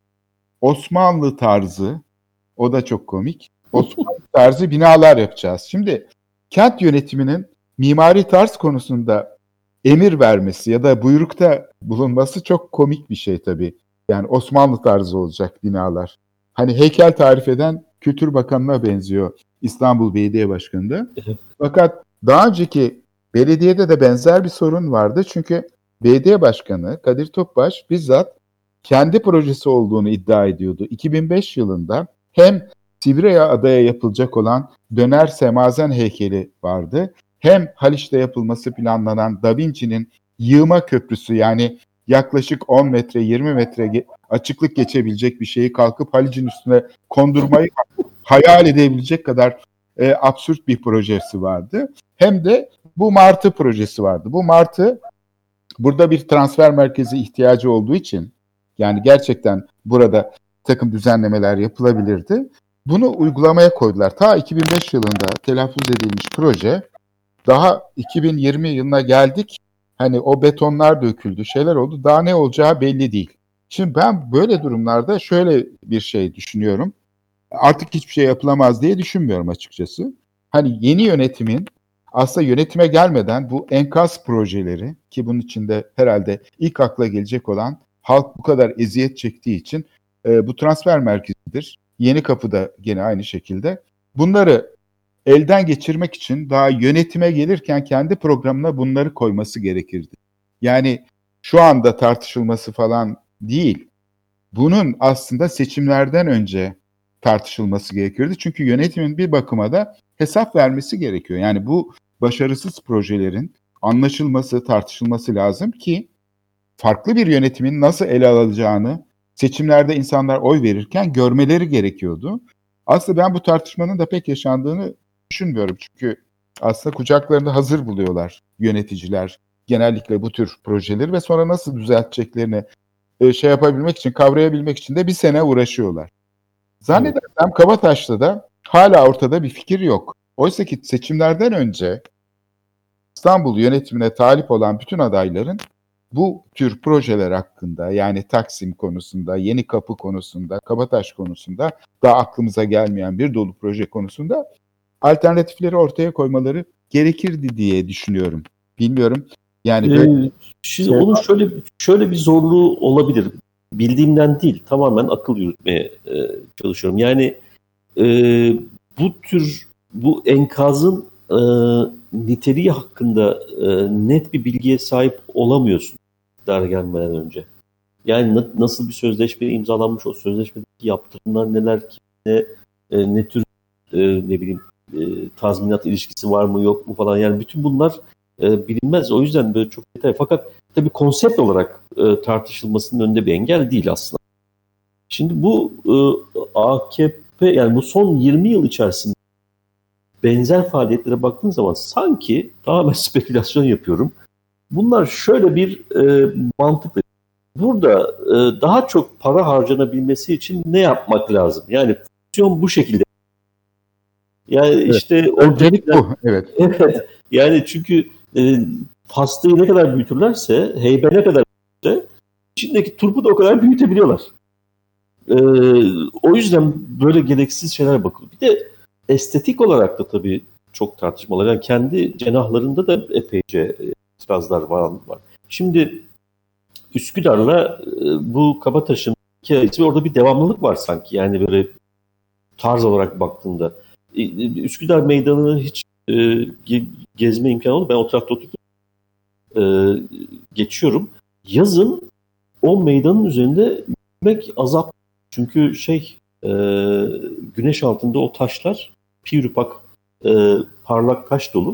Osmanlı tarzı, o da çok komik, Osmanlı tarzı binalar yapacağız. Şimdi kent yönetiminin mimari tarz konusunda emir vermesi ya da buyrukta bulunması çok komik bir şey tabii. Yani Osmanlı tarzı olacak binalar. Hani heykel tarif eden Kültür Bakanı'na benziyor İstanbul Belediye Başkanı'nda. Fakat daha önceki belediyede de benzer bir sorun vardı. Çünkü belediye başkanı Kadir Topbaş bizzat kendi projesi olduğunu iddia ediyordu. 2005 yılında hem Sivriya Adaya yapılacak olan döner semazen heykeli vardı. Hem Haliç'te yapılması planlanan Da Vinci'nin yığma köprüsü, yani yaklaşık 10 metre 20 metre açıklık geçebilecek bir şeyi kalkıp Haliç'in üstüne kondurmayı hayal edebilecek kadar absürt bir projesi vardı. Hem de bu Martı projesi vardı. Bu Martı burada bir transfer merkezi ihtiyacı olduğu için, yani gerçekten burada takım düzenlemeler yapılabilirdi. Bunu uygulamaya koydular. Ta 2005 yılında telaffuz edilmiş proje, daha 2020 yılına geldik. Hani o betonlar döküldü, şeyler oldu. Daha ne olacağı belli değil. Şimdi ben böyle durumlarda şöyle bir şey düşünüyorum. Artık hiçbir şey yapılamaz diye düşünmüyorum açıkçası. Hani yeni yönetimin aslında yönetime gelmeden bu enkaz projeleri, ki bunun içinde herhalde ilk akla gelecek olan halk bu kadar eziyet çektiği için bu transfer merkezidir. Yenikapı'da gene aynı şekilde. Bunları elden geçirmek için daha yönetime gelirken kendi programına bunları koyması gerekirdi. Yani şu anda tartışılması falan değil. Bunun aslında seçimlerden önce tartışılması gerekirdi. Çünkü yönetimin bir bakıma da hesap vermesi gerekiyor. Yani bu başarısız projelerin anlaşılması, tartışılması lazım ki farklı bir yönetimin nasıl ele alacağını seçimlerde insanlar oy verirken görmeleri gerekiyordu. Aslında ben bu tartışmanın da pek yaşandığını düşünmüyorum. Çünkü aslında kucaklarında hazır buluyorlar yöneticiler genellikle bu tür projeleri ve sonra nasıl düzelteceklerini yapabilmek için, kavrayabilmek için de bir sene uğraşıyorlar. Zannedersem Kabataş'ta da hala ortada bir fikir yok. Oysa ki seçimlerden önce İstanbul yönetimine talip olan bütün adayların bu tür projeler hakkında, yani Taksim konusunda, Yenikapı konusunda, Kabataş konusunda, daha aklımıza gelmeyen bir dolu proje konusunda alternatifleri ortaya koymaları gerekirdi diye düşünüyorum. Bilmiyorum. Yani şimdi onun şöyle bir zorluğu olabilir. Bildiğimden değil, tamamen akıl yürütmeye çalışıyorum. Yani bu enkazın niteliği hakkında net bir bilgiye sahip olamıyorsun iktidara gelmeden önce. Yani nasıl bir sözleşme imzalanmış, o sözleşmedeki yaptırımlar neler, ne tür ne bileyim tazminat ilişkisi var mı yok mu falan, yani bütün bunlar bilinmez. O yüzden böyle çok detay. Fakat tabii konsept olarak tartışılmasının önünde bir engel değil aslında. Şimdi bu AKP, yani bu son 20 yıl içerisinde benzer faaliyetlere baktığın zaman sanki, tamamen spekülasyon yapıyorum, bunlar şöyle bir mantıkla, burada daha çok para harcanabilmesi için ne yapmak lazım? Yani fonksiyon bu şekilde. Yani evet, işte öncelik bu. Evet. Evet. Yani çünkü pastayı ne kadar büyütürlerse, heybe ne kadar büyütürlerse, içindeki turpu da o kadar büyütebiliyorlar. O yüzden böyle gereksiz şeyler bakılıyor. Bir de estetik olarak da tabii çok tartışmalar. Yani kendi cenahlarında da epeyce itirazlar var. Şimdi Üsküdar'la bu Kabataş'ın hikayesi, orada bir devamlılık var sanki. Yani böyle tarz olarak baktığında. Üsküdar Meydanı'nı hiç gezme imkanı oldu. Ben o tarafta oturdum. Geçiyorum. Yazın o meydanın üzerinde yürümek azap. Çünkü güneş altında o taşlar pürüpak parlak taş dolu.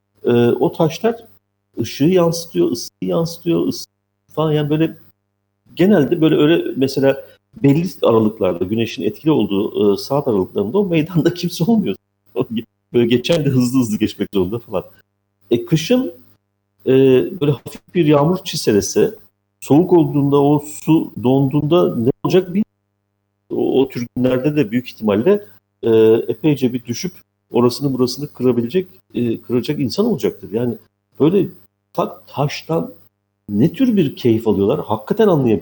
O taşlar ışığı yansıtıyor, ısıyı yansıtıyor, falan. Yani böyle genelde böyle öyle mesela belli aralıklarda güneşin etkili olduğu saat aralıklarında o meydanda kimse olmuyor. Böyle geçen de hızlı geçmek zorunda falan. Kışın böyle hafif bir yağmur çiselese, soğuk olduğunda o su donduğunda ne olacak bilmiyorum. O tür günlerde de büyük ihtimalle epeyce bir düşüp orasını burasını kıracak insan olacaktır. Yani böyle taştan ne tür bir keyif alıyorlar hakikaten anlayabilirim.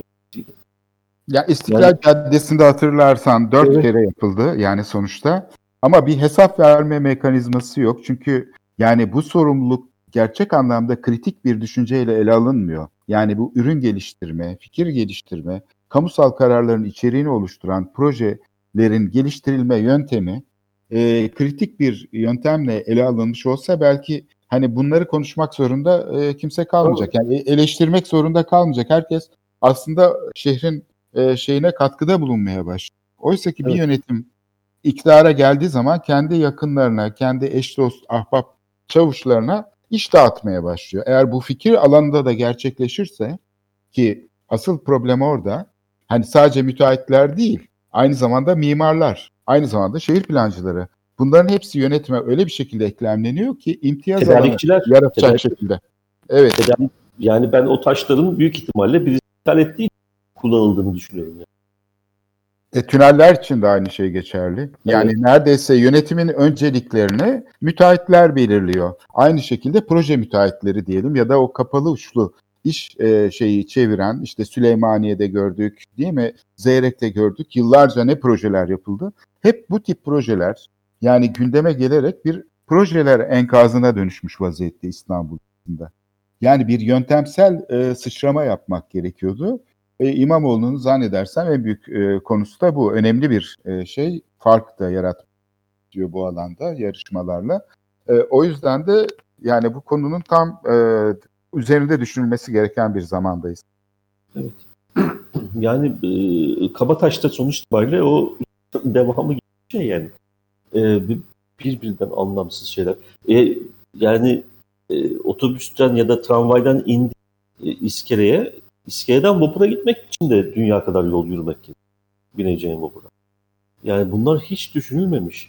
Ya İstiklal Caddesi'nde hatırlarsan 4 kere yapıldı yani sonuçta. Ama bir hesap verme mekanizması yok. Çünkü yani bu sorumluluk gerçek anlamda kritik bir düşünceyle ele alınmıyor. Yani bu ürün geliştirme, fikir geliştirme, kamusal kararların içeriğini oluşturan projelerin geliştirilme yöntemi kritik bir yöntemle ele alınmış olsa belki hani bunları konuşmak zorunda kimse kalmayacak. Yani eleştirmek zorunda kalmayacak. Herkes aslında şehrin şeyine katkıda bulunmaya başlıyor. Oysa ki bir yönetim iktidara geldiği zaman kendi yakınlarına, kendi eş dost, ahbap, çavuşlarına iş dağıtmaya başlıyor. Eğer bu fikir alanında da gerçekleşirse, ki asıl problem orada, hani sadece müteahhitler değil, aynı zamanda mimarlar, aynı zamanda şehir plancıları. Bunların hepsi yönetime öyle bir şekilde eklemleniyor ki imtiyaz alanı yaratacak şekilde. Evet. Yani ben o taşların büyük ihtimalle birisi ithal ettiği kullanıldığını düşünüyorum. Yani. Tüneller için de aynı şey geçerli. Yani neredeyse yönetimin önceliklerini müteahhitler belirliyor. Aynı şekilde proje müteahhitleri diyelim ya da o kapalı uçlu iş şeyi çeviren, işte Süleymaniye'de gördük, değil mi? Zeyrek'te gördük. Yıllarca ne projeler yapıldı? Hep bu tip projeler yani gündeme gelerek bir projeler enkazına dönüşmüş vaziyette İstanbul'da. Yani bir yöntemsel sıçrama yapmak gerekiyordu. İmamoğlu'nun zannedersem en büyük konusu da bu. Önemli bir fark da yaratıyor bu alanda yarışmalarla. O yüzden de yani bu konunun tam üzerinde düşünülmesi gereken bir zamandayız. Evet. Yani Kabataş'ta sonuç itibariyle o devamı gibi bir şey yani. Birbirinden anlamsız şeyler. Yani otobüsten ya da tramvaydan indi iskeleye, iskeleden vapura gitmek için de dünya kadar yol yürümek gerekiyor. Bineceğim vapura. Yani bunlar hiç düşünülmemiş.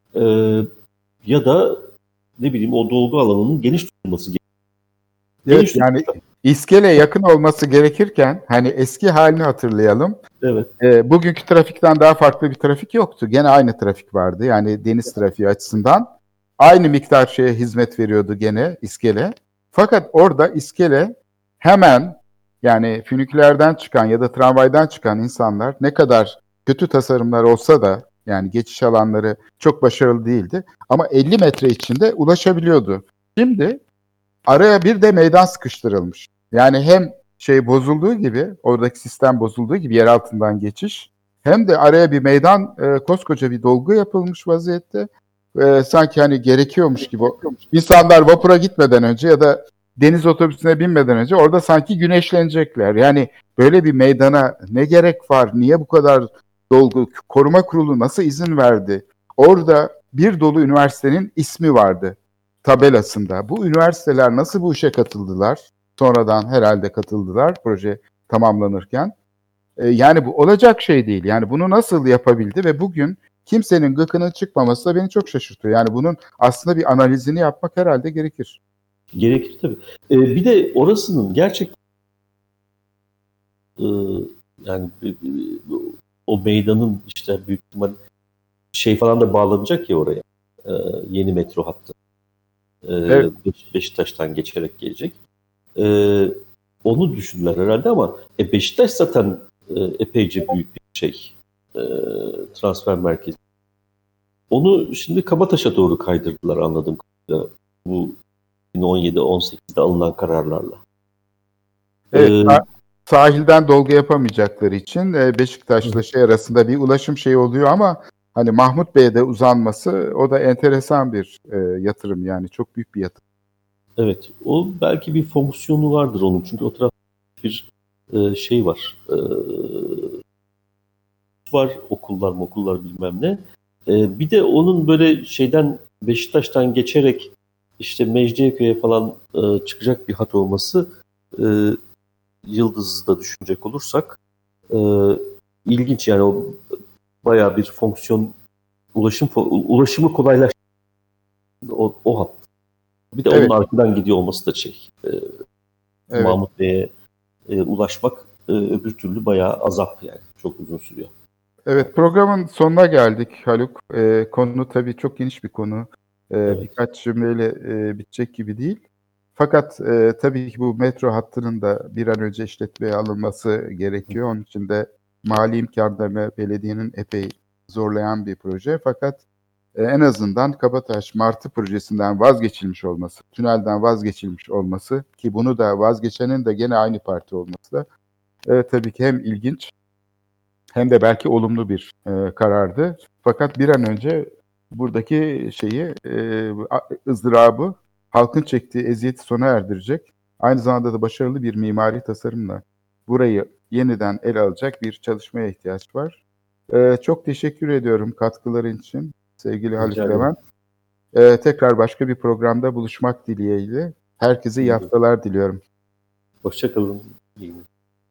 Ya da ne bileyim o dolgu alanının geniş tutulması gerekiyor. Evet, yani iskeleye yakın olması gerekirken hani eski halini hatırlayalım. Evet. Bugünkü trafikten daha farklı bir trafik yoktu. Gene aynı trafik vardı. Yani deniz trafiği açısından aynı miktar şeye hizmet veriyordu gene iskele. Fakat orada iskele hemen yani fünikülerden çıkan ya da tramvaydan çıkan insanlar ne kadar kötü tasarımlar olsa da yani geçiş alanları çok başarılı değildi. Ama 50 metre içinde ulaşabiliyordu. Şimdi araya bir de meydan sıkıştırılmış. Yani hem bozulduğu gibi, oradaki sistem bozulduğu gibi yer altından geçiş, hem de araya bir meydan, koskoca bir dolgu yapılmış vaziyette. Sanki hani gerekiyormuş gibi. İnsanlar vapura gitmeden önce ya da deniz otobüsüne binmeden önce orada sanki güneşlenecekler. Yani böyle bir meydana ne gerek var? Niye bu kadar dolgu? Koruma Kurulu nasıl izin verdi? Orada bir dolu üniversitenin ismi vardı tabelasında. Bu üniversiteler nasıl bu işe katıldılar? Sonradan herhalde katıldılar proje tamamlanırken. Yani bu olacak şey değil. Yani bunu nasıl yapabildi ve bugün kimsenin gıkının çıkmaması da beni çok şaşırtıyor. Yani bunun aslında bir analizini yapmak herhalde gerekir. Gerekir tabii. Bir de orasının gerçekten yani o meydanın işte büyük ihtimal falan da bağlanacak ya oraya. Yeni metro hattı. Evet. Beşiktaş'tan geçerek gelecek. Onu düşündüler herhalde ama Beşiktaş zaten epeyce büyük bir transfer merkezi. Onu şimdi Kabataş'a doğru kaydırdılar anladığım kadarıyla. Bu 2017-18'de alınan kararlarla. Evet, sahilden dolgu yapamayacakları için Beşiktaş'la arasında bir ulaşım oluyor ama Hani Mahmut Bey'e de uzanması o da enteresan bir yatırım, yani çok büyük bir yatırım. Evet, o belki bir fonksiyonu vardır onun, çünkü o tarafta bir şey var. Var, okullar bilmem ne. Bir de onun böyle şeyden, Beşiktaş'tan geçerek işte Mecidiyeköy'e falan çıkacak bir hat olması, Yıldız'ı da düşünecek olursak ilginç, yani o bayağı bir fonksiyon, ulaşımı kolaylaştırıyor o hat. Bir de onun arkadan gidiyor olması da Evet. Mahmut Bey'e ulaşmak öbür türlü bayağı azap, yani çok uzun sürüyor. Evet, programın sonuna geldik Haluk. Konu tabii çok geniş bir konu. Evet. Birkaç cümleyle bitecek gibi değil. Fakat tabii ki bu metro hattının da bir an önce işletmeye alınması gerekiyor. Onun için de mali imkanlarını belediyenin epey zorlayan bir proje. Fakat en azından Kabataş-Martı projesinden vazgeçilmiş olması, tünelden vazgeçilmiş olması, ki bunu da vazgeçenin de gene aynı parti olması da tabii ki hem ilginç hem de belki olumlu bir karardı. Fakat bir an önce buradaki ızdırabı, halkın çektiği eziyeti sona erdirecek, aynı zamanda da başarılı bir mimari tasarımla burayı yeniden ele alacak bir çalışmaya ihtiyaç var. Çok teşekkür ediyorum katkıların için sevgili Haluk Levent. Tekrar başka bir programda buluşmak dileğiyle herkese iyi haftalar diliyorum. Hoşça kalın. İyi günler.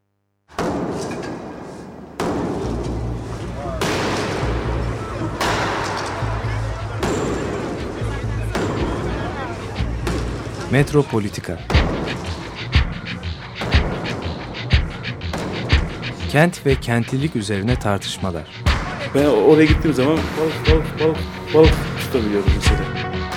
Metropolitika. Kent ve kentlilik üzerine tartışmalar. Ben oraya gittiğim zaman balık tutabiliyorum mesela.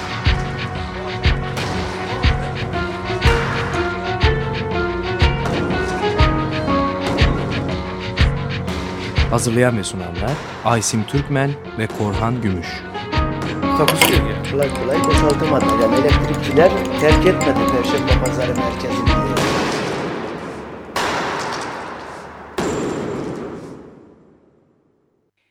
Hazırlayan ve sunanlar Aysim Türkmen ve Korhan Gümüş. Takusuyor yani. Kolay kolay boşaltamadı. Yani elektrikçiler terk etmedi Perşembe Pazarı merkezini.